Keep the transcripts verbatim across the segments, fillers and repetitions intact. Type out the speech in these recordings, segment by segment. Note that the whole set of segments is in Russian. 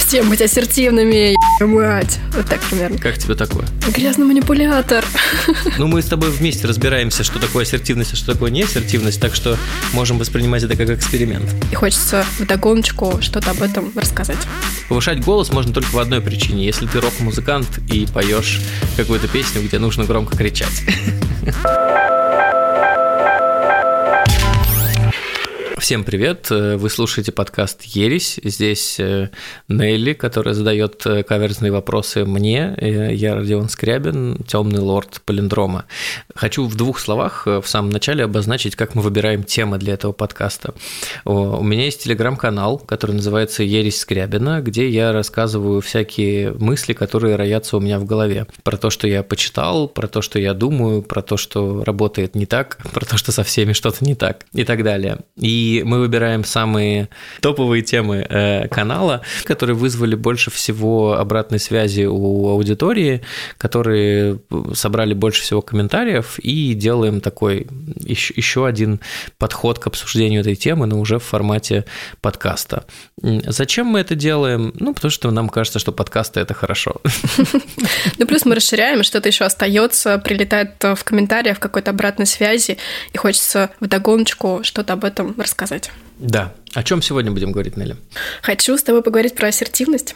Всем быть ассертивными, мать. Вот так примерно. Как тебе такое? Грязный манипулятор. Ну, мы с тобой вместе разбираемся, что такое ассертивность, а что такое неассертивность, так что можем воспринимать это как эксперимент. И хочется вдогоночку что-то об этом рассказать. Повышать голос можно только в одной причине, если ты рок-музыкант и поешь какую-то песню, где нужно громко кричать. Всем привет, вы слушаете подкаст «Ересь», здесь Нелли, которая задает каверзные вопросы мне, я Родион Скрябин, темный лорд палиндрома. Хочу в двух словах в самом начале обозначить, как мы выбираем темы для этого подкаста. У меня есть телеграм-канал, который называется «Ересь Скрябина», где я рассказываю всякие мысли, которые роятся у меня в голове. Про то, что я почитал, про то, что я думаю, про то, что работает не так, про то, что со всеми что-то не так и так далее. И И мы выбираем самые топовые темы э, канала, которые вызвали больше всего обратной связи у аудитории, которые собрали больше всего комментариев, и делаем такой еще, еще один подход к обсуждению этой темы, но уже в формате подкаста. Зачем мы это делаем? Ну, потому что нам кажется, что подкасты – это хорошо. Ну, плюс мы расширяем, что-то еще остается, прилетает в комментариях в какой-то обратной связи, и хочется вдогоночку что-то об этом рассказать. Сказать. Да. О чем сегодня будем говорить, Нелли? Хочу с тобой поговорить про ассертивность.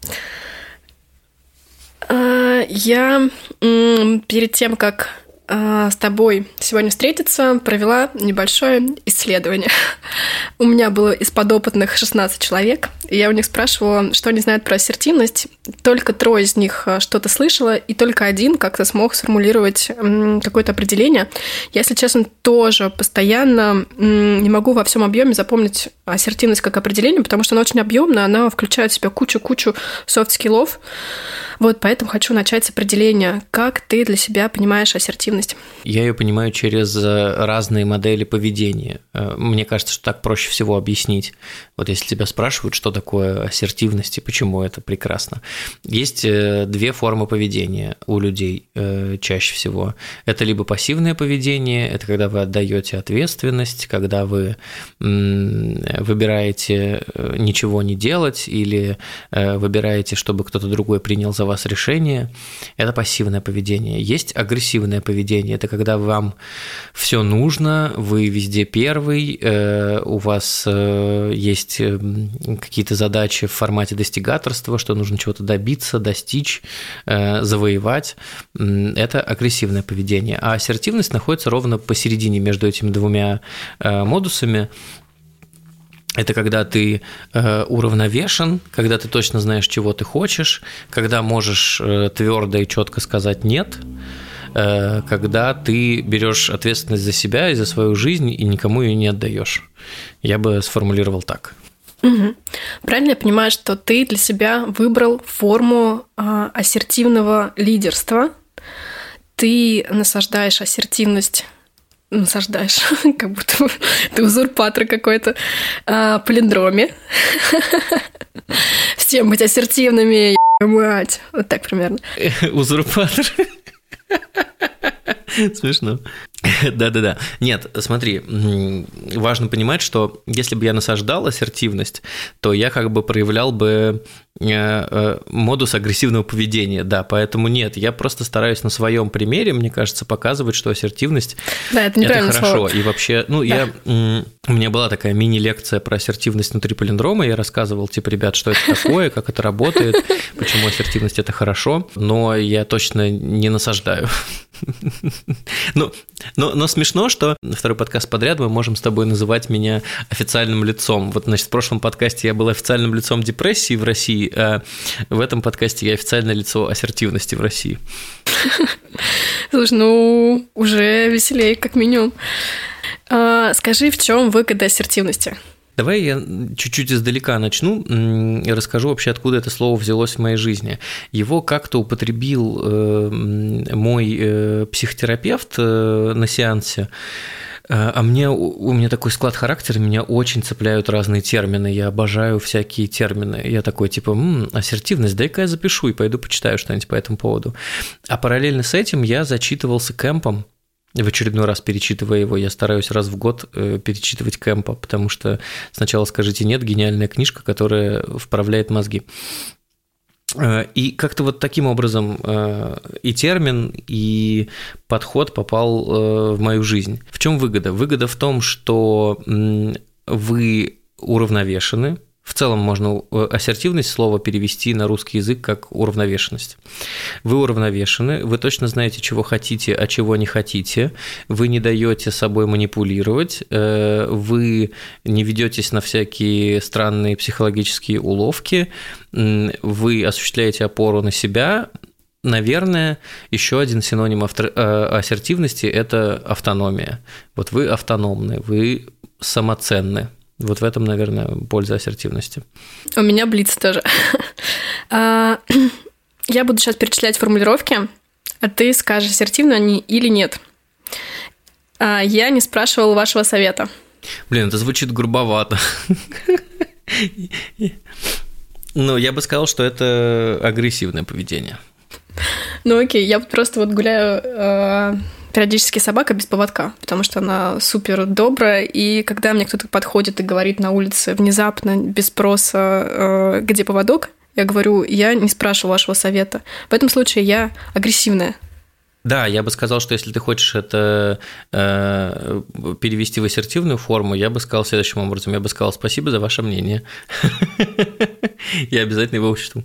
Я перед тем, как с тобой сегодня встретиться, провела небольшое исследование. У меня было из подопытных шестнадцать человек, и я у них спрашивала, что они знают про ассертивность. Только трое из них что-то слышала, и только один как-то смог сформулировать какое-то определение. Я, если честно, тоже постоянно не могу во всем объеме запомнить ассертивность как определение, потому что она очень объемная, она включает в себя кучу-кучу софт-скиллов. Вот, поэтому хочу начать с определения. Как ты для себя понимаешь ассертивность? Я ее понимаю через разные модели поведения. Мне кажется, что так проще всего объяснить. Вот если тебя спрашивают, что такое ассертивность и почему это прекрасно. Есть две формы поведения у людей чаще всего. Это либо пассивное поведение, это когда вы отдаете ответственность, когда вы выбираете ничего не делать или выбираете, чтобы кто-то другой принял за вас решение. Это пассивное поведение. Есть агрессивное поведение. Это когда вам все нужно, вы везде первый, у вас есть какие-то задачи в формате достигаторства, что нужно чего-то добиться, достичь, завоевать. Это агрессивное поведение. А ассертивность находится ровно посередине между этими двумя модусами. Это когда ты э, уравновешен, когда ты точно знаешь, чего ты хочешь, когда можешь э, твердо и четко сказать «нет», э, когда ты берешь ответственность за себя и за свою жизнь и никому ее не отдаешь. Я бы сформулировал так. Угу. Правильно я понимаю, что ты для себя выбрал форму э, ассертивного лидерства? Ты насаждаешь ассертивность... насаждаешь, как будто ты узурпатор какой-то, а, палиндроме. Всем быть ассертивными, мать. Вот так примерно. Узурпатор. Смешно. Да-да-да. Нет, смотри, важно понимать, что если бы я насаждал ассертивность, то я как бы проявлял бы модус агрессивного поведения, да, поэтому нет, я просто стараюсь на своем примере, мне кажется, показывать, что ассертивность да, это, это хорошо, слово. И вообще, ну, да. я, у меня была такая мини-лекция про ассертивность внутри палиндрома, я рассказывал, типа, ребят, что это такое, как это работает, почему ассертивность – это хорошо, но я точно не насаждаю. Ну, но, но смешно, что второй подкаст подряд мы можем с тобой называть меня официальным лицом. Вот, значит, в прошлом подкасте я был официальным лицом депрессии в России, а в этом подкасте я официальное лицо ассертивности в России. Слушай, ну, уже веселее, как минимум. А, скажи, в чем выгода ассертивности? Давай я чуть-чуть издалека начну и расскажу вообще, откуда это слово взялось в моей жизни. Его как-то употребил мой психотерапевт на сеансе. А мне, у меня такой склад характера, меня очень цепляют разные термины, я обожаю всякие термины. Я такой, типа, м-м, ассертивность, дай-ка я запишу и пойду почитаю что-нибудь по этому поводу. А параллельно с этим я зачитывался Кэмпом, в очередной раз перечитывая его, я стараюсь раз в год перечитывать Кэмпа, потому что сначала «Скажите нет» – гениальная книжка, которая вправляет мозги. И как-то вот таким образом и термин, и подход попал в мою жизнь. В чем выгода? Выгода в том, что вы уравновешены. В целом можно ассертивность слова перевести на русский язык как уравновешенность. Вы уравновешены, вы точно знаете, чего хотите, а чего не хотите, вы не даете собой манипулировать, вы не ведетесь на всякие странные психологические уловки, вы осуществляете опору на себя. Наверное, еще один синоним ассертивности – это автономия. Вот вы автономны, вы самоценны. Вот в этом, наверное, польза ассертивности. У меня блиц тоже. Я буду сейчас перечислять формулировки, а ты скажешь, ассертивны они или нет. Я не спрашивала вашего совета. Блин, это звучит грубовато. Ну, я бы сказал, что это агрессивное поведение. Ну окей, я просто вот гуляю... периодически собака без поводка, потому что она супер добрая, и когда мне кто-то подходит и говорит на улице внезапно, без спроса, где поводок, я говорю, я не спрашиваю вашего совета. В этом случае я агрессивная. Да, я бы сказал, что если ты хочешь это э, перевести в ассертивную форму, я бы сказал следующим образом. Я бы сказал спасибо за ваше мнение. Я обязательно его учту.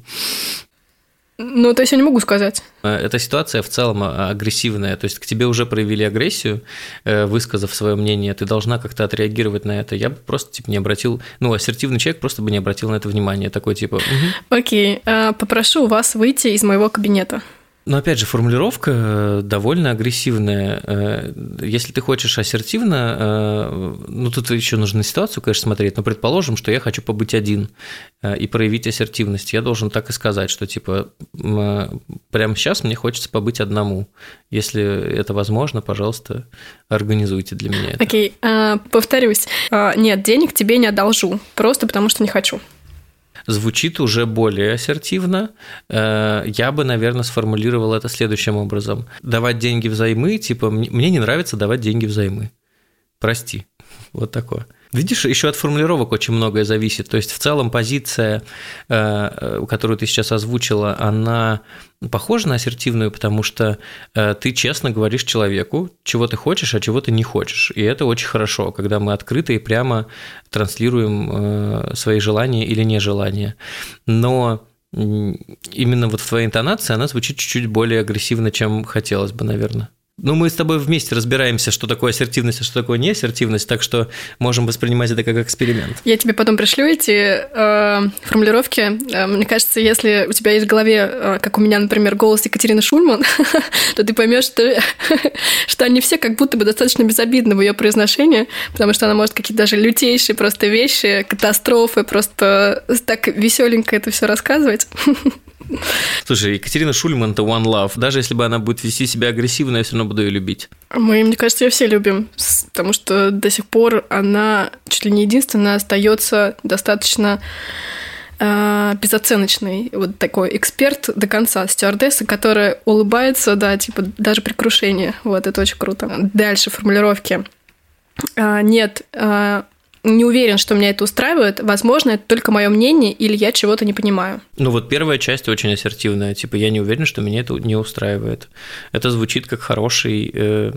Ну, то есть я не могу сказать. Эта ситуация в целом агрессивная, то есть к тебе уже проявили агрессию, высказав свое мнение, ты должна как-то отреагировать на это. Я бы просто типа не обратил, ну, ассертивный человек просто бы не обратил на это внимания, такой типа... Угу. Окей, попрошу вас выйти из моего кабинета. Но опять же, формулировка довольно агрессивная. Если ты хочешь ассертивно, ну тут еще нужно на ситуацию, конечно, смотреть, но предположим, что я хочу побыть один и проявить ассертивность. Я должен так и сказать, что типа прямо сейчас мне хочется побыть одному. Если это возможно, пожалуйста, организуйте для меня это. Окей, повторюсь. Нет, денег тебе не одолжу, просто потому что не хочу. Звучит уже более ассертивно. Я бы, наверное, сформулировал это следующим образом. Давать деньги взаймы, типа, мне не нравится давать деньги взаймы. Прости. Вот такое. Видишь, еще от формулировок очень многое зависит. То есть, в целом, позиция, которую ты сейчас озвучила, она похожа на ассертивную, потому что ты честно говоришь человеку, чего ты хочешь, а чего ты не хочешь. И это очень хорошо, когда мы открыто и прямо транслируем свои желания или нежелания. Но именно вот в твоей интонации она звучит чуть-чуть более агрессивно, чем хотелось бы, наверное. Ну, мы с тобой вместе разбираемся, что такое ассертивность, а что такое неассертивность, так что можем воспринимать это как эксперимент. Я тебе потом пришлю эти э, формулировки. Мне кажется, если у тебя есть в голове, э, как у меня, например, голос Екатерины Шульман, то ты поймешь, что, что они все как будто бы достаточно безобидны в ее произношении, потому что она может какие-то даже лютейшие просто вещи, катастрофы, просто так веселенько это все рассказывать. Слушай, Екатерина Шульман – это one love. Даже если бы она будет вести себя агрессивно, я все равно буду ее любить. Мы, мне кажется, ее все любим, потому что до сих пор она чуть ли не единственная остается достаточно э, безоценочной. Вот такой эксперт до конца, стюардесса, которая улыбается, да, типа даже при крушении. Вот, это очень круто. Дальше формулировки. Э, нет, э, не уверен, что меня это устраивает. Возможно, это только мое мнение, или я чего-то не понимаю. Ну вот первая часть очень ассертивная. Типа, я не уверен, что меня это не устраивает. Это звучит как хороший э,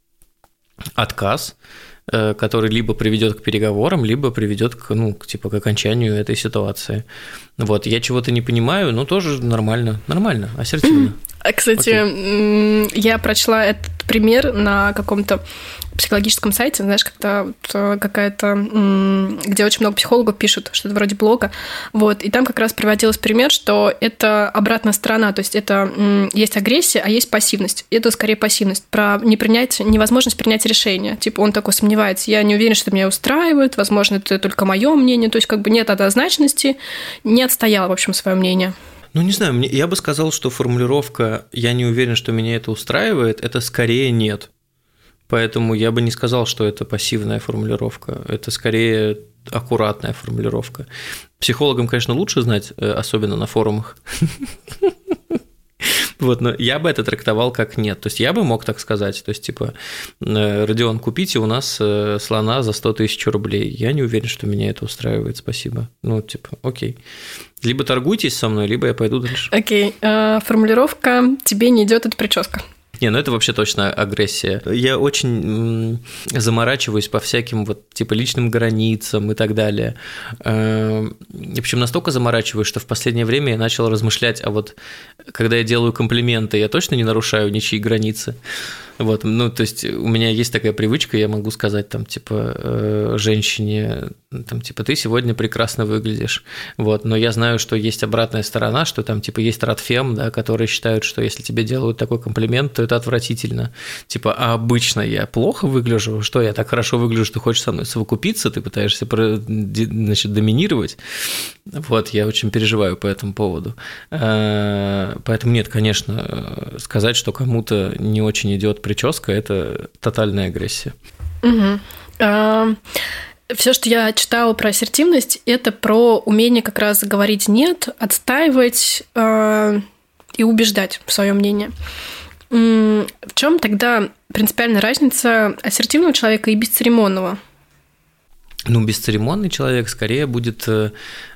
отказ, э, который либо приведет к переговорам, либо приведет к, ну, к, типа, к окончанию этой ситуации. Вот, я чего-то не понимаю, ну тоже нормально. Нормально, ассертивно. Кстати, okay. я прочла этот пример на каком-то психологическом сайте, знаешь, как-то вот какая-то, где очень много психологов пишут, что-то вроде блога, вот, и там как раз приводилось пример, что это обратная сторона, то есть это есть агрессия, а есть пассивность, это скорее пассивность, про непринятие, невозможность принять решение, типа он такой сомневается, я не уверен, что меня устраивает, возможно, это только мое мнение, то есть как бы нет однозначности, не отстояла, в общем, свое мнение. Ну, не знаю, мне, я бы сказал, что формулировка «я не уверен, что меня это устраивает» – это скорее нет. Поэтому я бы не сказал, что это пассивная формулировка, это скорее аккуратная формулировка. Психологам, конечно, лучше знать, особенно на форумах. Вот, но я бы это трактовал как нет. То есть я бы мог так сказать. То есть, типа, Родион, купите у нас слона за сто тысяч рублей. Я не уверен, что меня это устраивает, спасибо. Ну, типа, окей. Либо торгуйтесь со мной, либо я пойду дальше. Окей. А, формулировка «тебе не идет эта прическа». Не, ну это вообще точно агрессия. Я очень заморачиваюсь по всяким вот типа личным границам и так далее. Причем настолько заморачиваюсь, что в последнее время я начал размышлять, а вот когда я делаю комплименты, я точно не нарушаю ничьи границы. Вот, ну, то есть у меня есть такая привычка, я могу сказать там, типа, женщине, там, типа, ты сегодня прекрасно выглядишь, вот, но я знаю, что есть обратная сторона, что там, типа, есть радфем, да, которые считают, что если тебе делают такой комплимент, то это отвратительно, типа, а обычно я плохо выгляжу, что я так хорошо выгляжу, что хочешь со мной совокупиться, ты пытаешься, значит, доминировать, вот, я очень переживаю по этому поводу, поэтому нет, конечно, сказать, что кому-то не очень идет прическа – это тотальная агрессия. Угу. А, все, что я читала про ассертивность, это про умение как раз говорить «нет», отстаивать а, и убеждать в своем мнении. В чем тогда принципиальная разница ассертивного человека и бесцеремонного? Ну, бесцеремонный человек скорее будет э,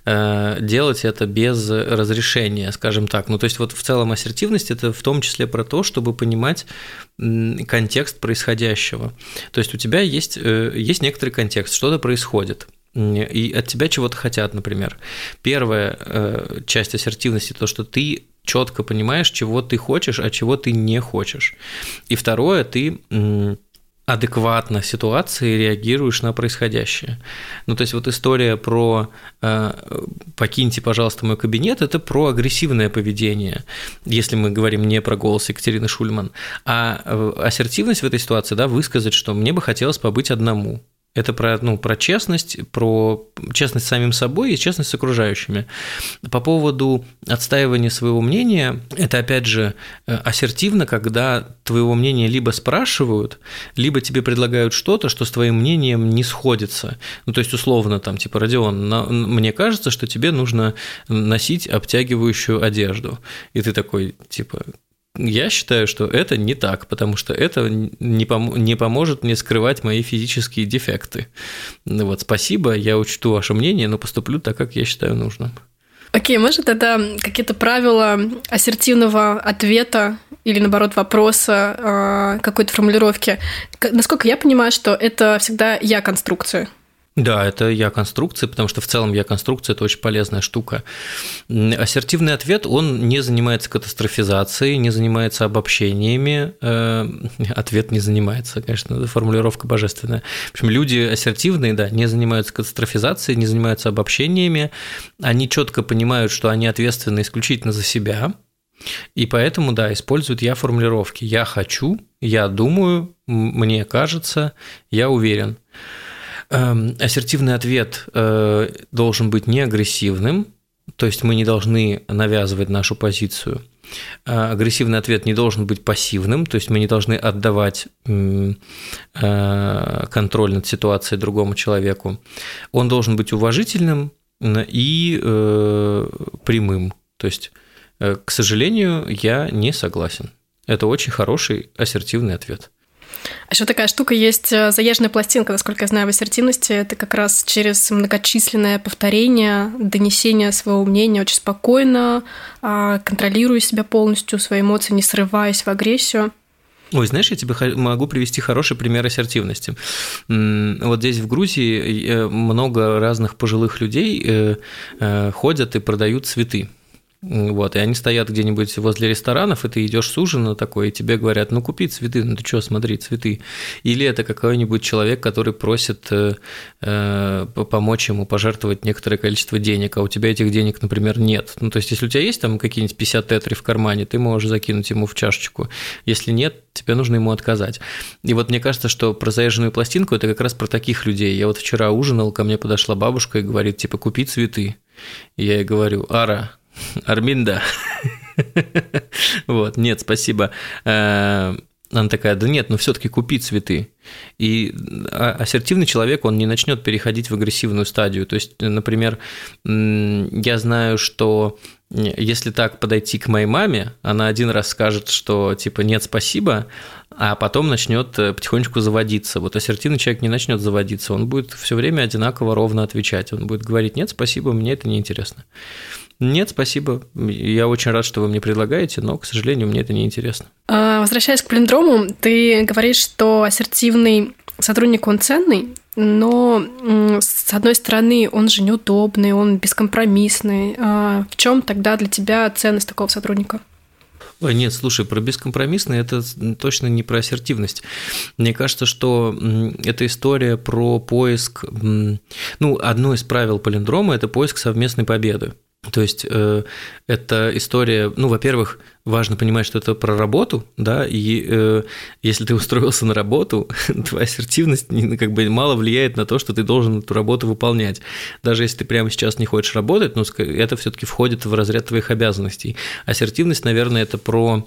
делать это без разрешения, скажем так. Ну, то есть вот в целом ассертивность – это в том числе про то, чтобы понимать контекст происходящего. То есть у тебя есть, э, есть некоторый контекст, что-то происходит, и от тебя чего-то хотят, например. Первая э, часть ассертивности – то, что ты четко понимаешь, чего ты хочешь, а чего ты не хочешь. И второе – ты… адекватно ситуации реагируешь на происходящее. Ну, то есть вот история про э, «покиньте, пожалуйста, мой кабинет» – это про агрессивное поведение, если мы говорим не про голос Екатерины Шульман, а ассертивность в этой ситуации, да, высказать, что мне бы хотелось побыть одному. Это про, ну, про честность, про честность с самим собой и честность с окружающими. По поводу отстаивания своего мнения, это, опять же, ассертивно, когда твоего мнения либо спрашивают, либо тебе предлагают что-то, что с твоим мнением не сходится. Ну, то есть, условно, там, типа, Родион, мне кажется, что тебе нужно носить обтягивающую одежду. И ты такой, типа… Я считаю, что это не так, потому что это не, пом- не поможет мне скрывать мои физические дефекты. Ну вот, спасибо, я учту ваше мнение, но поступлю так, как я считаю нужным. Окей, может, тогда какие-то правила ассертивного ответа или, наоборот, вопроса, какой-то формулировки? Насколько я понимаю, что это всегда я-конструкция. Да, это я-конструкция, потому что в целом я-конструкция – это очень полезная штука. Ассертивный ответ, он не занимается катастрофизацией, не занимается обобщениями. Ответ не занимается, конечно, формулировка божественная. В общем, люди ассертивные, да, не занимаются катастрофизацией, не занимаются обобщениями. Они четко понимают, что они ответственны исключительно за себя, и поэтому, да, используют я-формулировки. Я хочу, я думаю, мне кажется, я уверен. Ассертивный ответ должен быть не агрессивным, то есть мы не должны навязывать нашу позицию. Агрессивный ответ не должен быть пассивным, то есть мы не должны отдавать контроль над ситуацией другому человеку. Он должен быть уважительным и прямым. То есть, к сожалению, я не согласен. Это очень хороший ассертивный ответ. А еще такая штука есть, заезженная пластинка, насколько я знаю, в ассертивности. Это как раз через многочисленное повторение, донесение своего мнения очень спокойно, контролируя себя полностью, свои эмоции, не срываясь в агрессию. Ой, знаешь, я тебе могу привести хороший пример ассертивности. Вот здесь в Грузии много разных пожилых людей ходят и продают цветы. Вот, и они стоят где-нибудь возле ресторанов, и ты идешь с ужина такой, и тебе говорят, ну купи цветы, ну ты что, смотри, цветы. Или это какой-нибудь человек, который просит э, помочь ему пожертвовать некоторое количество денег, а у тебя этих денег, например, нет. Ну то есть, если у тебя есть там какие-нибудь пятьдесят тетри в кармане, ты можешь закинуть ему в чашечку. Если нет, тебе нужно ему отказать. И вот мне кажется, что про заезженную пластинку это как раз про таких людей. Я вот вчера ужинал, ко мне подошла бабушка и говорит, типа, купи цветы. И я ей говорю, Ара, Арминда. Вот, нет, спасибо. Она такая: да нет, ну все-таки купи цветы. И ассертивный человек, он не начнет переходить в агрессивную стадию. То есть, например, я знаю, что если так подойти к моей маме, она один раз скажет, что типа нет, спасибо, а потом начнет потихонечку заводиться. Вот ассертивный человек не начнет заводиться, он будет все время одинаково ровно отвечать. Он будет говорить: нет, спасибо, мне это неинтересно. Нет, спасибо, я очень рад, что вы мне предлагаете, но, к сожалению, мне это неинтересно. Возвращаясь к палиндрому, ты говоришь, что ассертивный сотрудник, он ценный, но, с одной стороны, он же неудобный, он бескомпромиссный. В чем тогда для тебя ценность такого сотрудника? Ой, нет, слушай, про бескомпромиссный – это точно не про ассертивность. Мне кажется, что эта история про поиск… Ну, одно из правил палиндрома – это поиск совместной победы. То есть э, это история, ну, во-первых, важно понимать, что это про работу, да, и э, если ты устроился на работу, твоя ассертивность как бы мало влияет на то, что ты должен эту работу выполнять. Даже если ты прямо сейчас не хочешь работать, но это все-таки входит в разряд твоих обязанностей. Ассертивность, наверное, это про,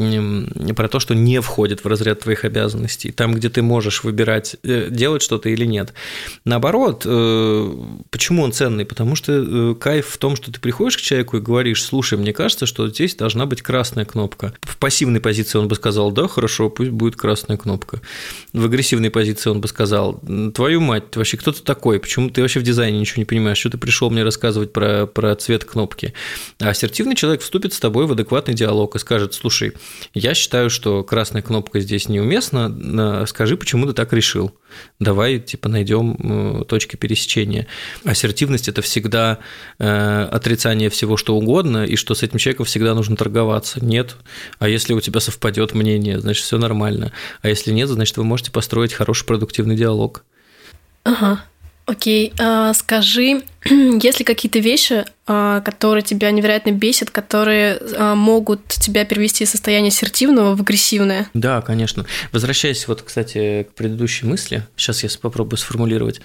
про то, что не входит в разряд твоих обязанностей, там, где ты можешь выбирать, делать что-то или нет. Наоборот, э, почему он ценный? Потому что кайф в том, что ты приходишь к человеку и говоришь: слушай, мне кажется, что здесь должна быть красная кнопка. В пассивной позиции он бы сказал: да, хорошо, пусть будет красная кнопка. В агрессивной позиции он бы сказал: твою мать, ты вообще кто ты такой? Почему ты вообще в дизайне ничего не понимаешь? Что ты пришел мне рассказывать про, про цвет кнопки? А ассертивный человек вступит с тобой в адекватный диалог и скажет: слушай, я считаю, что красная кнопка здесь неуместна, скажи, почему ты так решил? Давай, типа, найдем точки пересечения. Ассертивность – это всегда отрицание всего, что угодно, и что с этим человеком всегда нужно торговаться. Нет. А если у тебя совпадет мнение, значит, все нормально. А если нет, значит, вы можете построить хороший продуктивный диалог. Ага. Окей. А, скажи, есть ли какие-то вещи, которые тебя невероятно бесят, которые могут тебя перевести из состояния ассертивного в агрессивное? Да, конечно. Возвращаясь вот, кстати, к предыдущей мысли, сейчас я попробую сформулировать.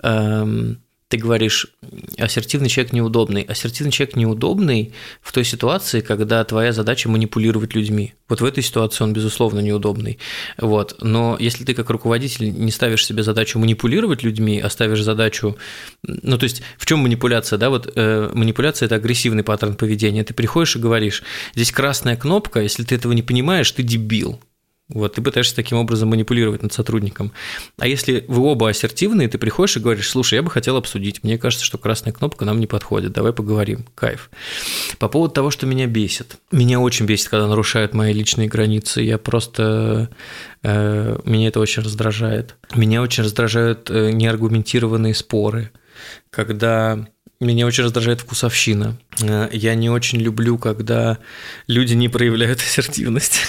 Ты говоришь, ассертивный человек неудобный. Ассертивный человек неудобный в той ситуации, когда твоя задача манипулировать людьми. Вот в этой ситуации он, безусловно, неудобный. Вот. Но если ты как руководитель не ставишь себе задачу манипулировать людьми, а ставишь задачу… Ну, то есть, в чем манипуляция? Да? Вот, э, манипуляция – это агрессивный паттерн поведения. Ты приходишь и говоришь: здесь красная кнопка, если ты этого не понимаешь, ты дебил. Вот, ты пытаешься таким образом манипулировать над сотрудником. А если вы оба ассертивные, ты приходишь и говоришь: слушай, я бы хотел обсудить, мне кажется, что красная кнопка нам не подходит, давай поговорим, кайф. По поводу того, что меня бесит. Меня очень бесит, когда нарушают мои личные границы, я просто… Э, меня это очень раздражает. Меня очень раздражают неаргументированные споры, когда… Меня очень раздражает вкусовщина. Я не очень люблю, когда люди не проявляют ассертивность.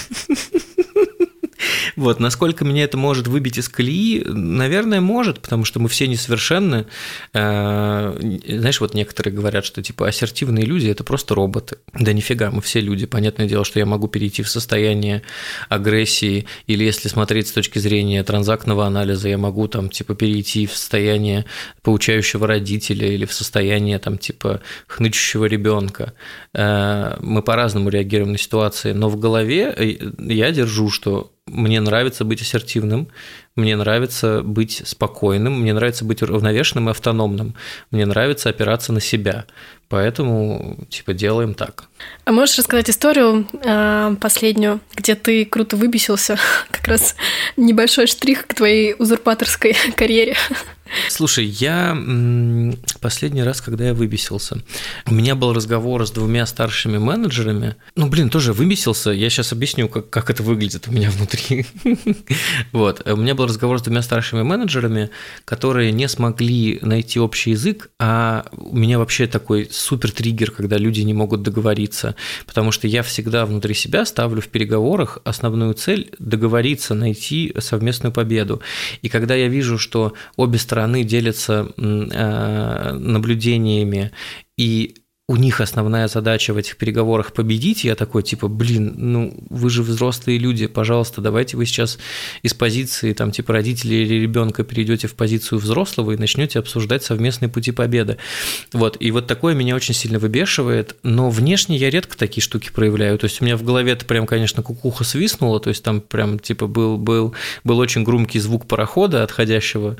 Вот, насколько меня это может выбить из колеи, наверное, может, потому что мы все несовершенны. Знаешь, вот некоторые говорят, что типа ассертивные люди – это просто роботы. Да нифига, мы все люди. Понятное дело, что я могу перейти в состояние агрессии, или если смотреть с точки зрения транзактного анализа, я могу там типа перейти в состояние поучающего родителя или в состояние там типа хнычущего ребенка. Мы по-разному реагируем на ситуации, но в голове я держу, что мне нравится быть ассертивным, мне нравится быть спокойным, мне нравится быть уравновешенным и автономным, мне нравится опираться на себя, поэтому типа делаем так. А можешь рассказать историю э, последнюю, где ты круто выбесился, как раз небольшой штрих к твоей узурпаторской карьере? Слушай, я последний раз, когда я выбесился, у меня был разговор с двумя старшими менеджерами. Ну, блин, тоже выбесился. Я сейчас объясню, как, как это выглядит у меня внутри. Вот. У меня был разговор с двумя старшими менеджерами, которые не смогли найти общий язык, а у меня вообще такой супер триггер, когда люди не могут договориться, потому что я всегда внутри себя ставлю в переговорах основную цель – договориться, найти совместную победу. И когда я вижу, что обе стороны делятся наблюдениями, и у них основная задача в этих переговорах победить, я такой, типа, блин, ну, вы же взрослые люди, пожалуйста, давайте вы сейчас из позиции, там, типа, родителей или ребенка перейдете в позицию взрослого и начнете обсуждать совместные пути победы. Вот, и вот такое меня очень сильно выбешивает, но внешне я редко такие штуки проявляю, то есть у меня в голове-то прям, конечно, кукуха свистнула, то есть там прям, типа, был, был, был очень громкий звук парохода отходящего,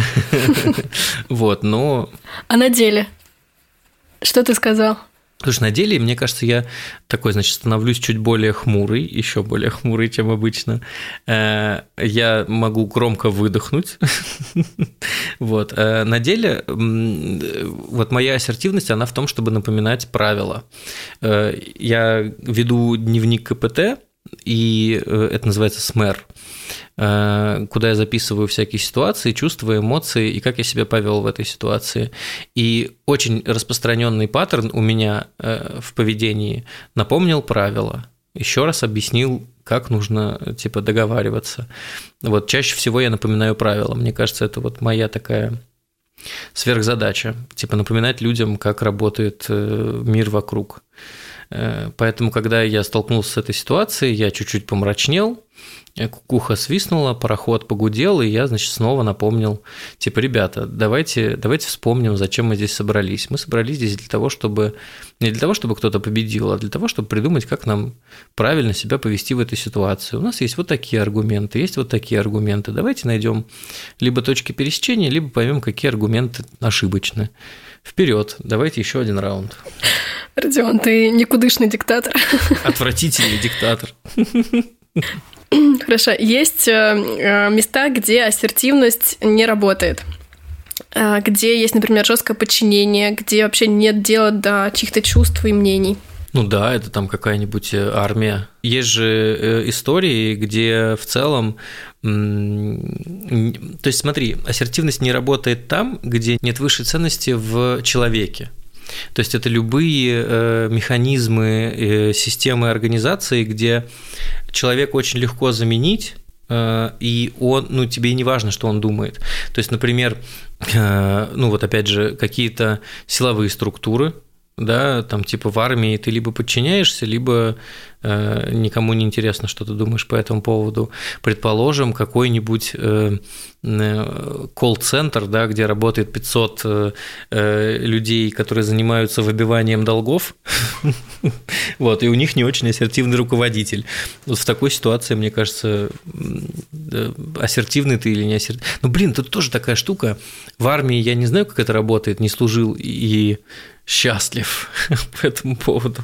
вот, но… А на деле? Что ты сказал? Слушай, на деле, мне кажется, я такой, значит, становлюсь чуть более хмурый, еще более хмурый, чем обычно. Я могу громко выдохнуть. Вот. На деле, вот моя ассертивность, она в том, чтобы напоминать правила. Я веду дневник ка пэ тэ, и это называется СМЭР, куда я записываю всякие ситуации, чувства, эмоции и как я себя повел в этой ситуации. И очень распространенный паттерн у меня в поведении: напомнил правила, еще раз объяснил, как нужно, типа, договариваться. Вот чаще всего я напоминаю правила. Мне кажется, это вот моя такая сверхзадача, типа напоминать людям, как работает мир вокруг. Поэтому, когда я столкнулся с этой ситуацией, я чуть-чуть помрачнел, кукуха свистнула, пароход погудел, и я, значит, снова напомнил, типа, ребята, давайте, давайте вспомним, зачем мы здесь собрались. Мы собрались здесь для того, чтобы… не для того, чтобы кто-то победил, а для того, чтобы придумать, как нам правильно себя повести в этой ситуации. У нас есть вот такие аргументы, есть вот такие аргументы. Давайте найдем либо точки пересечения, либо поймем, какие аргументы ошибочны. Вперед, давайте еще один раунд. Родион, ты никудышный диктатор. Отвратительный диктатор. Хорошо. Есть места, где ассертивность не работает, где есть, например, жесткое подчинение, где вообще нет дела до чьих-то чувств и мнений. Ну да, это там какая-нибудь армия. Есть же истории, где в целом… То есть смотри, ассертивность не работает там, где нет высшей ценности в человеке. То есть это любые механизмы, системы организации, где человека очень легко заменить, и он, ну, тебе и не важно, что он думает. То есть, например, ну вот опять же, какие-то силовые структуры, да, там типа в армии ты либо подчиняешься, либо э, никому не интересно, что ты думаешь по этому поводу. Предположим, какой-нибудь э, э, колл-центр, да, где работает пятьсот э, э, людей, которые занимаются выбиванием долгов, вот, и у них не очень ассертивный руководитель. Вот в такой ситуации, мне кажется, ассертивный ты или не ассертивный. Ну, блин, тут тоже такая штука. В армии я не знаю, как это работает, не служил и счастлив по этому поводу.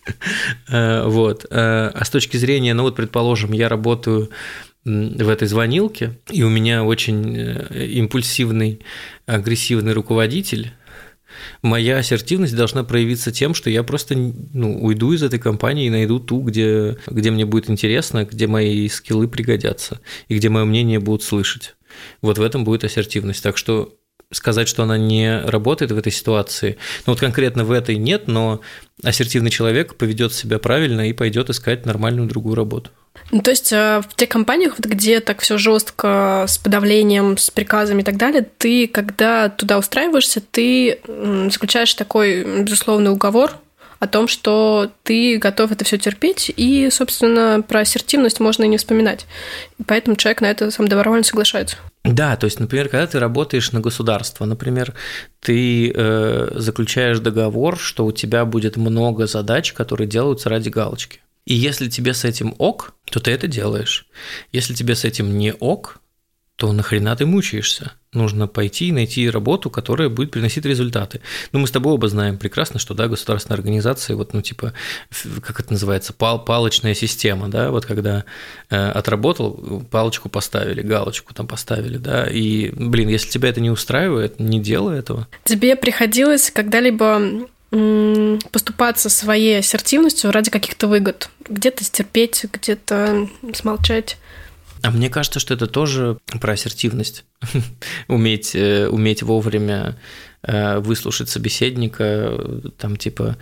Вот. А с точки зрения, ну вот, предположим, я работаю в этой звонилке, и у меня очень импульсивный, агрессивный руководитель, моя ассертивность должна проявиться тем, что я просто, ну, уйду из этой компании и найду ту, где, где мне будет интересно, где мои скиллы пригодятся и где мое мнение будут слышать. Вот в этом будет ассертивность. Так что сказать, что она не работает в этой ситуации, ну вот конкретно в этой нет, но ассертивный человек поведет себя правильно и пойдет искать нормальную другую работу. Ну, то есть в тех компаниях, где так все жестко, с подавлением, с приказами и так далее, ты, когда туда устраиваешься, ты заключаешь такой безусловный уговор о том, что ты готов это все терпеть, и, собственно, про ассертивность можно и не вспоминать. И поэтому человек на это сам добровольно соглашается. Да, то есть, например, когда ты работаешь на государство, например, ты э, заключаешь договор, что у тебя будет много задач, которые делаются ради галочки. И если тебе с этим ок, то ты это делаешь. Если тебе с этим не ок, то нахрена ты мучаешься? Нужно пойти и найти работу, которая будет приносить результаты. Ну, мы с тобой оба знаем прекрасно, что, да, государственная организация, вот, ну, типа, как это называется, пал, палочная система, да, вот когда э, отработал, палочку поставили, галочку там поставили, да, и, блин, если тебя это не устраивает, не делай этого. Тебе приходилось когда-либо м- поступаться своей ассертивностью ради каких-то выгод? Где-то стерпеть, где-то смолчать? А мне кажется, что это тоже про ассертивность. уметь, уметь вовремя выслушать собеседника, там типа,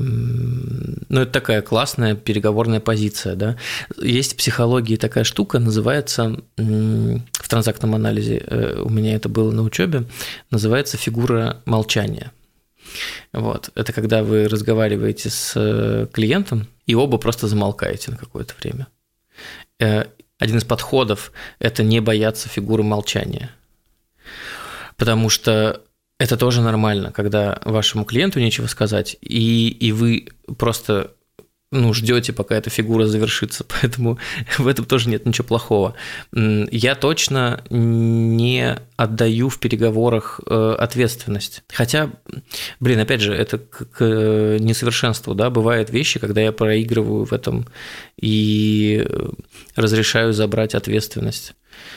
ну, это такая классная переговорная позиция, да. Есть в психологии такая штука, называется, в транзактном анализе у меня это было на учебе, называется фигура молчания. Вот. Это когда вы разговариваете с клиентом, и оба просто замолкаете на какое-то время. Один из подходов – это не бояться фигуры молчания. Потому что это тоже нормально, когда вашему клиенту нечего сказать, и, и вы просто ну, ждете, пока эта фигура завершится, поэтому в этом тоже нет ничего плохого. Я точно не отдаю в переговорах ответственность. Хотя, блин, опять же, это к несовершенству, да, бывают вещи, когда я проигрываю в этом и разрешаю забрать ответственность.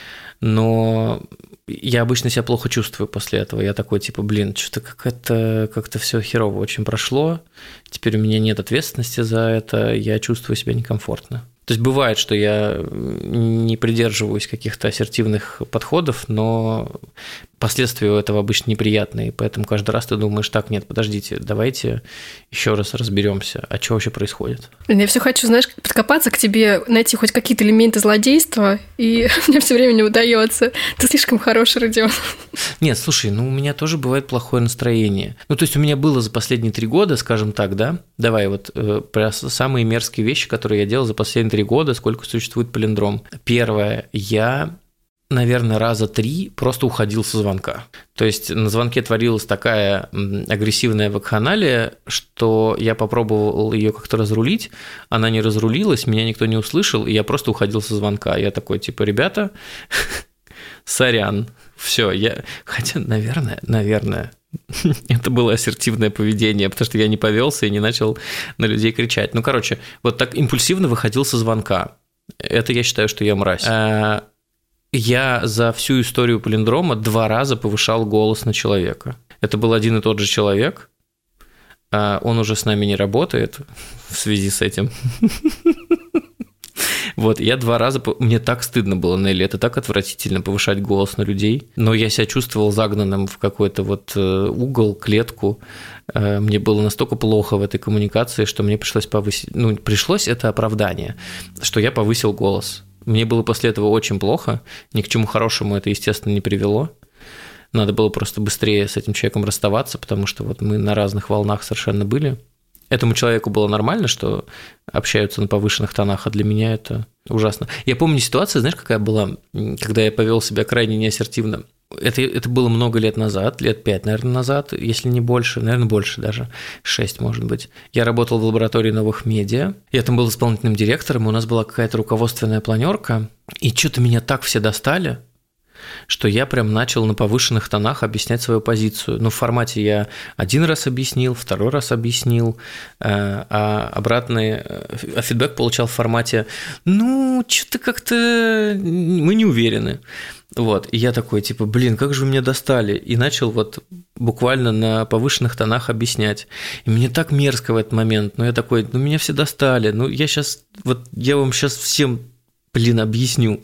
Но я обычно себя плохо чувствую после этого. Я такой, типа, блин, что-то как-то, как-то все херово очень прошло, теперь у меня нет ответственности за это, я чувствую себя некомфортно. То есть бывает, что я не придерживаюсь каких-то ассертивных подходов, но последствия у этого обычно неприятные, поэтому каждый раз ты думаешь, так, нет, подождите, давайте еще раз разберемся, а что вообще происходит. Я все хочу, знаешь, подкопаться к тебе, найти хоть какие-то элементы злодейства, и мне все время не удается. Ты слишком хороший, Родион. Нет, слушай, ну у меня тоже бывает плохое настроение. Ну то есть у меня было за последние три года, скажем так, да, давай вот э, про самые мерзкие вещи, которые я делал за последние три года, сколько существует палиндром. Первое, я... наверное, раза три просто уходил со звонка. То есть на звонке творилась такая агрессивная вакханалия, что я попробовал ее как-то разрулить, она не разрулилась, меня никто не услышал, и я просто уходил со звонка. Я такой, типа, ребята, сорян, все, я... Хотя, наверное, наверное, это было ассертивное поведение, потому что я не повелся и не начал на людей кричать. Ну, короче, вот так импульсивно выходил со звонка. Это я считаю, что я мразь. Я за всю историю палиндрома два раза повышал голос на человека. Это был один и тот же человек, он уже с нами не работает в связи с этим. Вот, я два раза... Мне так стыдно было, Нелли, это так отвратительно повышать голос на людей, но я себя чувствовал загнанным в какой-то вот угол, клетку. Мне было настолько плохо в этой коммуникации, что мне пришлось повысить... Ну, пришлось это оправдание, что я повысил голос. Мне было после этого очень плохо, ни к чему хорошему это, естественно, не привело. Надо было просто быстрее с этим человеком расставаться, потому что вот мы на разных волнах совершенно были. Этому человеку было нормально, что общаются на повышенных тонах, а для меня это ужасно. Я помню ситуацию, знаешь, какая была, когда я повел себя крайне неассертивно. Это, это было много лет назад, лет пять, наверное, назад, если не больше, наверное, больше даже, шесть, может быть. Я работал в лаборатории новых медиа, я там был исполнительным директором, и у нас была какая-то руководственная планерка, и что-то меня так все достали, что я прям начал на повышенных тонах объяснять свою позицию. Ну, в формате я один раз объяснил, второй раз объяснил, а обратный а фидбэк получал в формате «ну, что-то как-то мы не уверены». Вот, и я такой, типа, блин, как же вы меня достали, и начал вот буквально на повышенных тонах объяснять, и мне так мерзко в этот момент, но я такой, ну, меня все достали, ну, я сейчас, вот, я вам сейчас всем, блин, объясню.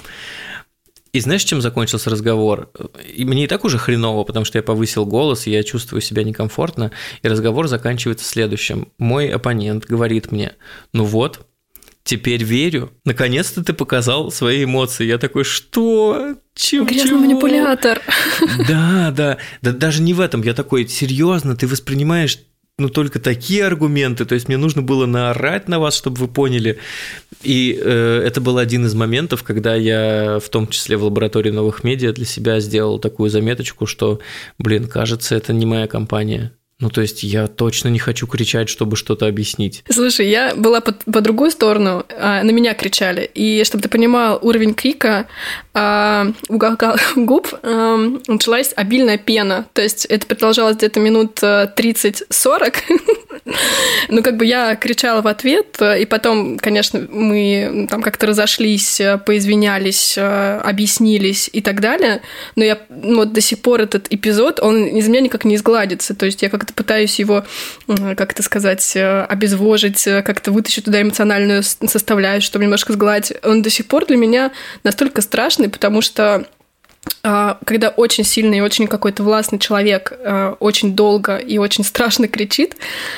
И знаешь, чем закончился разговор? И мне и так уже хреново, потому что я повысил голос, и я чувствую себя некомфортно, и разговор заканчивается следующим. Мой оппонент говорит мне, ну вот, теперь верю, наконец-то ты показал свои эмоции. Я такой, что? Чего? Грязный манипулятор. Да, да, да, даже не в этом. Я такой, серьезно, ты воспринимаешь ну, только такие аргументы, то есть мне нужно было наорать на вас, чтобы вы поняли. И э, это был один из моментов, когда я, в том числе в лаборатории новых медиа, для себя сделал такую заметочку, что, блин, кажется, это не моя компания. Ну, то есть я точно не хочу кричать, чтобы что-то объяснить. Слушай, я была по, по другую сторону, а, на меня кричали. И чтобы ты понимал, уровень крика, а, у уголка губ а, началась обильная пена. То есть это продолжалось где-то минут тридцать-сорок. Ну, как бы я кричала в ответ, и потом, конечно, мы там как-то разошлись, поизвинялись, объяснились и так далее. Но я ну, вот до сих пор этот эпизод, он из меня никак не изгладится. То есть я как-то пытаюсь его, как это сказать, обезвожить, как-то вытащить туда эмоциональную составляющую, чтобы немножко сгладить. Он до сих пор для меня настолько страшный, потому что когда очень сильный и очень какой-то властный человек очень долго и очень страшно кричит,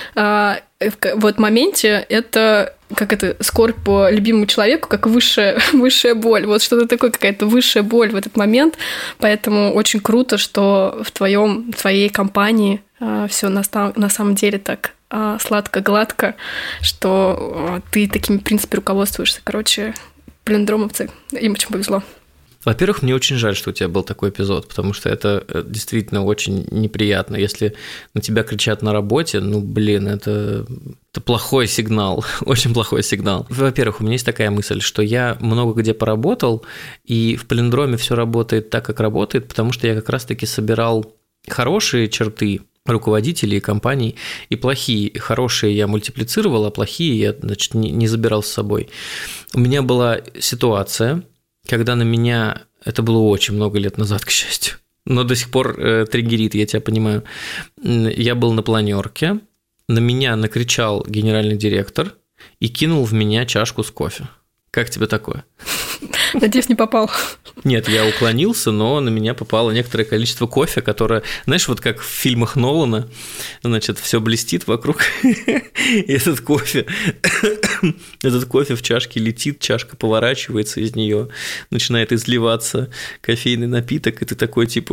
вот в моменте это как это, скорбь по любимому человеку, как высшая, высшая боль. Вот что-то такое, какая-то высшая боль в этот момент. Поэтому очень круто, что в твоем, в твоей компании все на, на самом деле так сладко-гладко, что ты такими принципами руководствуешься. Короче, палиндромовцы, им очень повезло. Во-первых, мне очень жаль, что у тебя был такой эпизод, потому что это действительно очень неприятно. Если на тебя кричат на работе, ну, блин, это, это плохой сигнал, очень плохой сигнал. Во-первых, у меня есть такая мысль, что я много где поработал, и в палиндроме все работает так, как работает, потому что я как раз-таки собирал хорошие черты руководителей и компаний, и плохие. Хорошие я мультиплицировал, а плохие я, значит, не, не забирал с собой. У меня была ситуация, когда на меня, это было очень много лет назад, к счастью, но до сих пор э, триггерит, я тебя понимаю, я был на планерке, на меня накричал генеральный директор и кинул в меня чашку с кофе. Как тебе такое? Надеюсь, не попал. Нет, я уклонился, но на меня попало некоторое количество кофе, которое, знаешь, вот как в фильмах Нолана, значит, все блестит вокруг, и этот кофе, этот кофе в чашке летит, чашка поворачивается, из нее начинает изливаться кофейный напиток, и ты такой типа,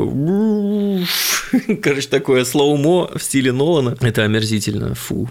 короче, такое слоумо в стиле Нолана. Это омерзительно, фу,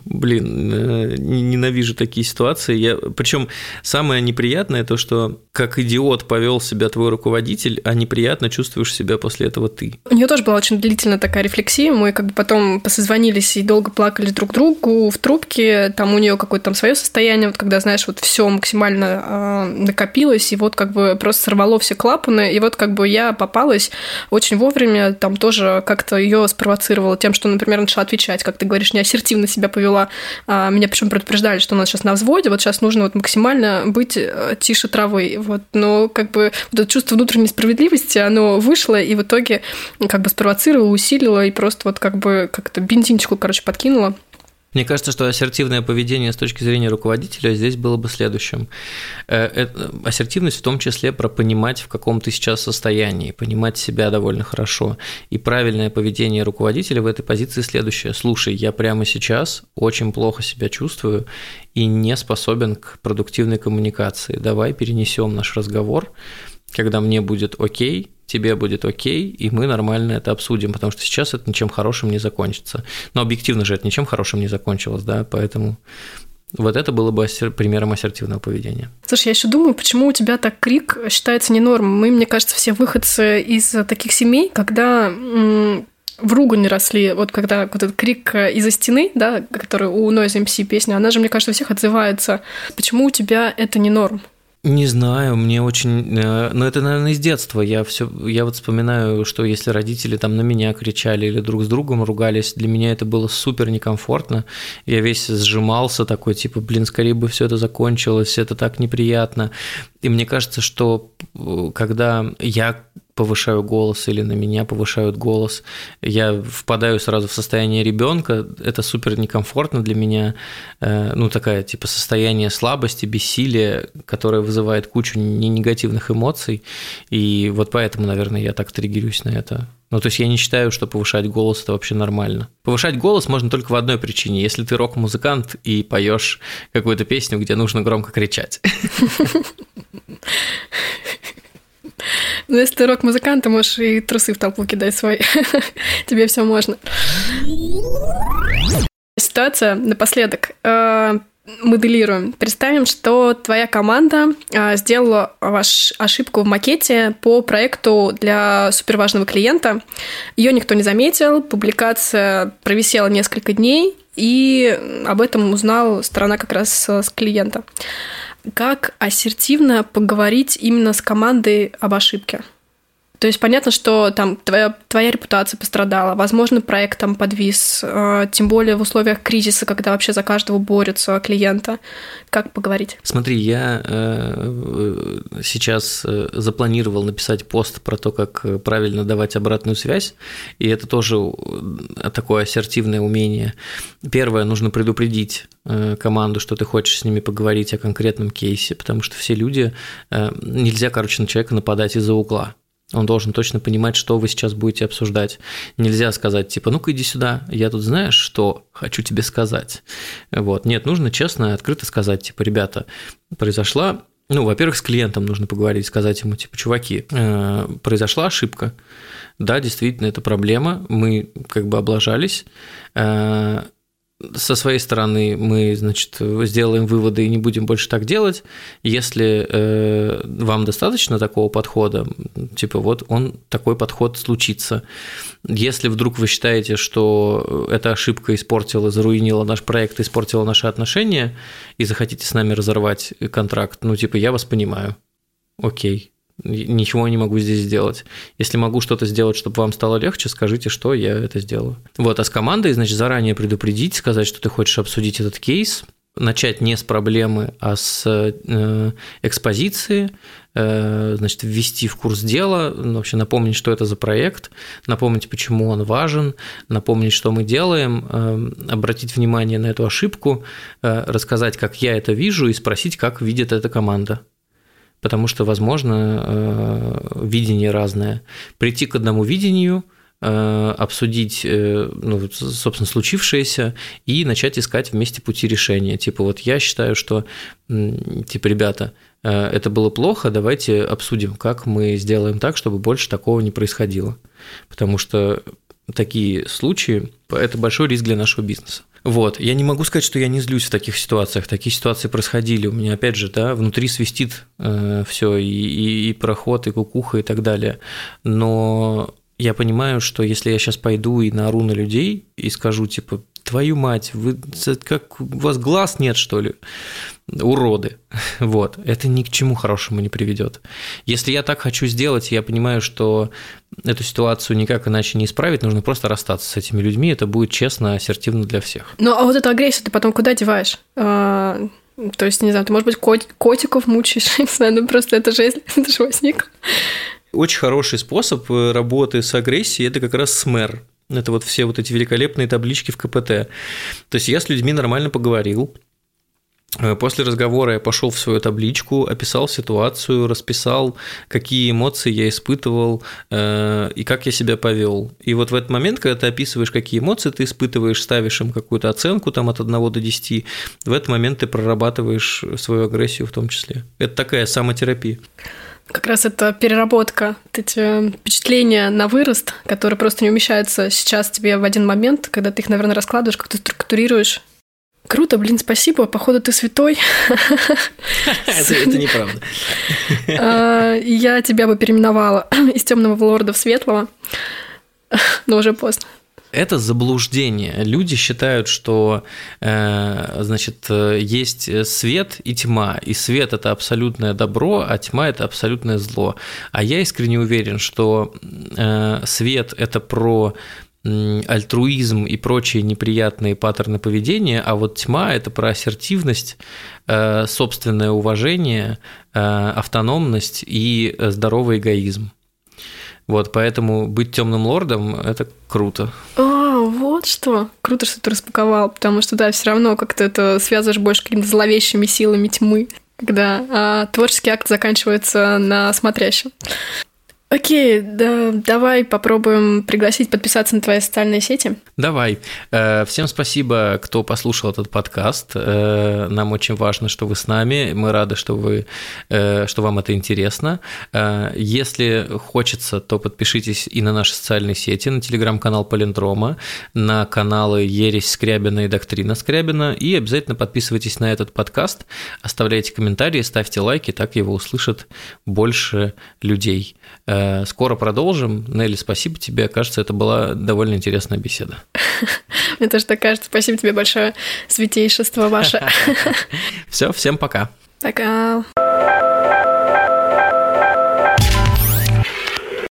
блин, ненавижу такие ситуации. Я, причем самое неприятное то, что как идиот повел себя твой руководитель, а неприятно чувствуешь себя после этого ты. У нее тоже была очень длительная такая рефлексия. Мы как бы потом созвонились и долго плакали друг другу в трубке. Там у нее какое-то там свое состояние, вот когда, знаешь, вот все максимально э, накопилось, и вот как бы просто сорвало все клапаны. И вот как бы я попалась очень вовремя, там тоже как-то ее спровоцировала тем, что, например, начала отвечать, как ты говоришь, неассертивно себя повела. А меня причем предупреждали, что у нас сейчас на взводе, вот сейчас нужно вот максимально быть тише травы. Вот. Но как бы вот это чувство внутренней справедливости, оно вышло и в итоге как бы спровоцировало, усилило и просто вот как бы как-то бензинчику, короче, подкинуло. Мне кажется, что ассертивное поведение с точки зрения руководителя здесь было бы следующим. Ассертивность в том числе про понимать, в каком ты сейчас состоянии, понимать себя довольно хорошо. И правильное поведение руководителя в этой позиции следующее. Слушай, я прямо сейчас очень плохо себя чувствую и не способен к продуктивной коммуникации. Давай перенесем наш разговор, когда мне будет окей, тебе будет окей, и мы нормально это обсудим, потому что сейчас это ничем хорошим не закончится. Но объективно же это ничем хорошим не закончилось, да, поэтому вот это было бы примером ассертивного поведения. Слушай, я еще думаю, почему у тебя так крик считается не нормой. Мы, мне кажется, все выходцы из таких семей, когда м- в ругань росли, вот когда вот этот крик из-за стены, да, который у Noise эм си песня, она же, мне кажется, у всех отзывается. Почему у тебя это не норм? Не знаю, мне очень... Ну, это, наверное, из детства. Я, все, я вот вспоминаю, что если родители там на меня кричали или друг с другом ругались, для меня это было супер некомфортно. Я весь сжимался такой, типа, блин, скорее бы все это закончилось, это так неприятно. И мне кажется, что когда я повышаю голос или на меня повышают голос, я впадаю сразу в состояние ребенка, это супер некомфортно для меня, ну, такая типа состояние слабости, бессилия, которое вызывает кучу негативных эмоций, и вот поэтому, наверное, я так триггерюсь на это. Ну, то есть я не считаю, что повышать голос – это вообще нормально. Повышать голос можно только в одной причине, если ты рок-музыкант и поешь какую-то песню, где нужно громко кричать. Ну, если ты рок-музыкант, ты можешь и трусы в толпу кидать свои. Тебе все можно. Ситуация напоследок. Моделируем. Представим, что твоя команда сделала вашу ошибку в макете по проекту для суперважного клиента. Ее никто не заметил, публикация провисела несколько дней, и об этом узнала сторона как раз с клиента. Как ассертивно поговорить именно с командой об ошибке? То есть понятно, что там твоя, твоя репутация пострадала, возможно, проект там подвис, тем более в условиях кризиса, когда вообще за каждого борются клиента. Как поговорить? Смотри, я э, сейчас запланировал написать пост про то, как правильно давать обратную связь, и это тоже такое ассертивное умение. Первое, нужно предупредить команду, что ты хочешь с ними поговорить о конкретном кейсе, потому что все люди, э, нельзя, короче, на человека нападать из-за угла. Он должен точно понимать, что вы сейчас будете обсуждать. Нельзя сказать, типа, ну-ка иди сюда, я тут знаешь, что хочу тебе сказать. Вот. Нет, нужно честно и открыто сказать, типа, ребята, произошла Ну, во-первых, с клиентом нужно поговорить, сказать ему, типа, чуваки, э, произошла ошибка, да, действительно, это проблема, мы как бы облажались, э, со своей стороны мы, значит, сделаем выводы и не будем больше так делать. Если э, вам достаточно такого подхода, типа вот он, такой подход случится. Если вдруг вы считаете, что эта ошибка испортила, заруинила наш проект, испортила наши отношения, и захотите с нами разорвать контракт, ну, типа, я вас понимаю, окей. Ничего не могу здесь сделать. Если могу что-то сделать, чтобы вам стало легче, скажите, что я это сделаю. Вот, а с командой, значит, заранее предупредить, сказать, что ты хочешь обсудить этот кейс, начать не с проблемы, а с э, экспозиции, э, значит, ввести в курс дела, вообще напомнить, что это за проект, напомнить, почему он важен, напомнить, что мы делаем, э, обратить внимание на эту ошибку, э, рассказать, как я это вижу, и спросить, как видит эта команда. Потому что, возможно, видение разное. Прийти к одному видению, обсудить, ну, собственно, случившееся и начать искать вместе пути решения. Типа, вот я считаю, что, типа, ребята, это было плохо, давайте обсудим, как мы сделаем так, чтобы больше такого не происходило. Потому что такие случаи – это большой риск для нашего бизнеса. Вот, я не могу сказать, что я не злюсь в таких ситуациях. Такие ситуации происходили. У меня, опять же, да, внутри свистит э, все, и, и, и проход, и кукуха, и так далее. Но я понимаю, что если я сейчас пойду и наору на людей и скажу, типа, твою мать, вы как у вас глаз нет, что ли? Уроды. Вот. Это ни к чему хорошему не приведет. Если я так хочу сделать, я понимаю, что эту ситуацию никак иначе не исправить, нужно просто расстаться с этими людьми, это будет честно, ассертивно для всех. Ну, а вот эту агрессию ты потом куда деваешь? А, то есть, не знаю, ты, может быть, кот- котиков мучаешь, не знаю, ну просто это же, это же возникло. Очень хороший способ работы с агрессией – это как раз смэр. Это вот все вот эти великолепные таблички в ка пэ тэ. То есть я с людьми нормально поговорил. После разговора я пошел в свою табличку, описал ситуацию, расписал, какие эмоции я испытывал э, и как я себя повел. И вот в этот момент, когда ты описываешь, какие эмоции ты испытываешь, ставишь им какую-то оценку там, от одного до десяти, в этот момент ты прорабатываешь свою агрессию в том числе. Это такая самотерапия. Как раз это переработка, эти впечатления на вырост, которые просто не умещаются сейчас тебе в один момент, когда ты их, наверное, раскладываешь, как-то структурируешь. Круто, блин, спасибо, походу ты святой. Это неправда. Я тебя бы переименовала из темного лорда в светлого, но уже поздно. Это заблуждение. Люди считают, что, значит, есть свет и тьма, и свет – это абсолютное добро, а тьма – это абсолютное зло. А я искренне уверен, что свет – это про альтруизм и прочие неприятные паттерны поведения, а вот тьма – это про ассертивность, собственное уважение, автономность и здоровый эгоизм. Вот, поэтому быть темным лордом – это круто. А, вот что. Круто, что ты распаковал, потому что, да, все равно как-то это связываешь больше какими-то зловещими силами тьмы, когда а, творческий акт заканчивается на смотрящем. Окей, да, давай попробуем пригласить подписаться на твои социальные сети. Давай. Всем спасибо, кто послушал этот подкаст. Нам очень важно, что вы с нами. Мы рады, что, вы, что вам это интересно. Если хочется, то подпишитесь и на наши социальные сети, на телеграм-канал Полиндрома, на каналы Ересь Скрябина и Доктрина Скрябина, и обязательно подписывайтесь на этот подкаст, оставляйте комментарии, ставьте лайки, так его услышат больше людей. Скоро продолжим. Нелли, спасибо тебе. Кажется, это была довольно интересная беседа. Мне тоже так кажется. Спасибо тебе большое, святейшество ваше. Все, всем пока. Пока.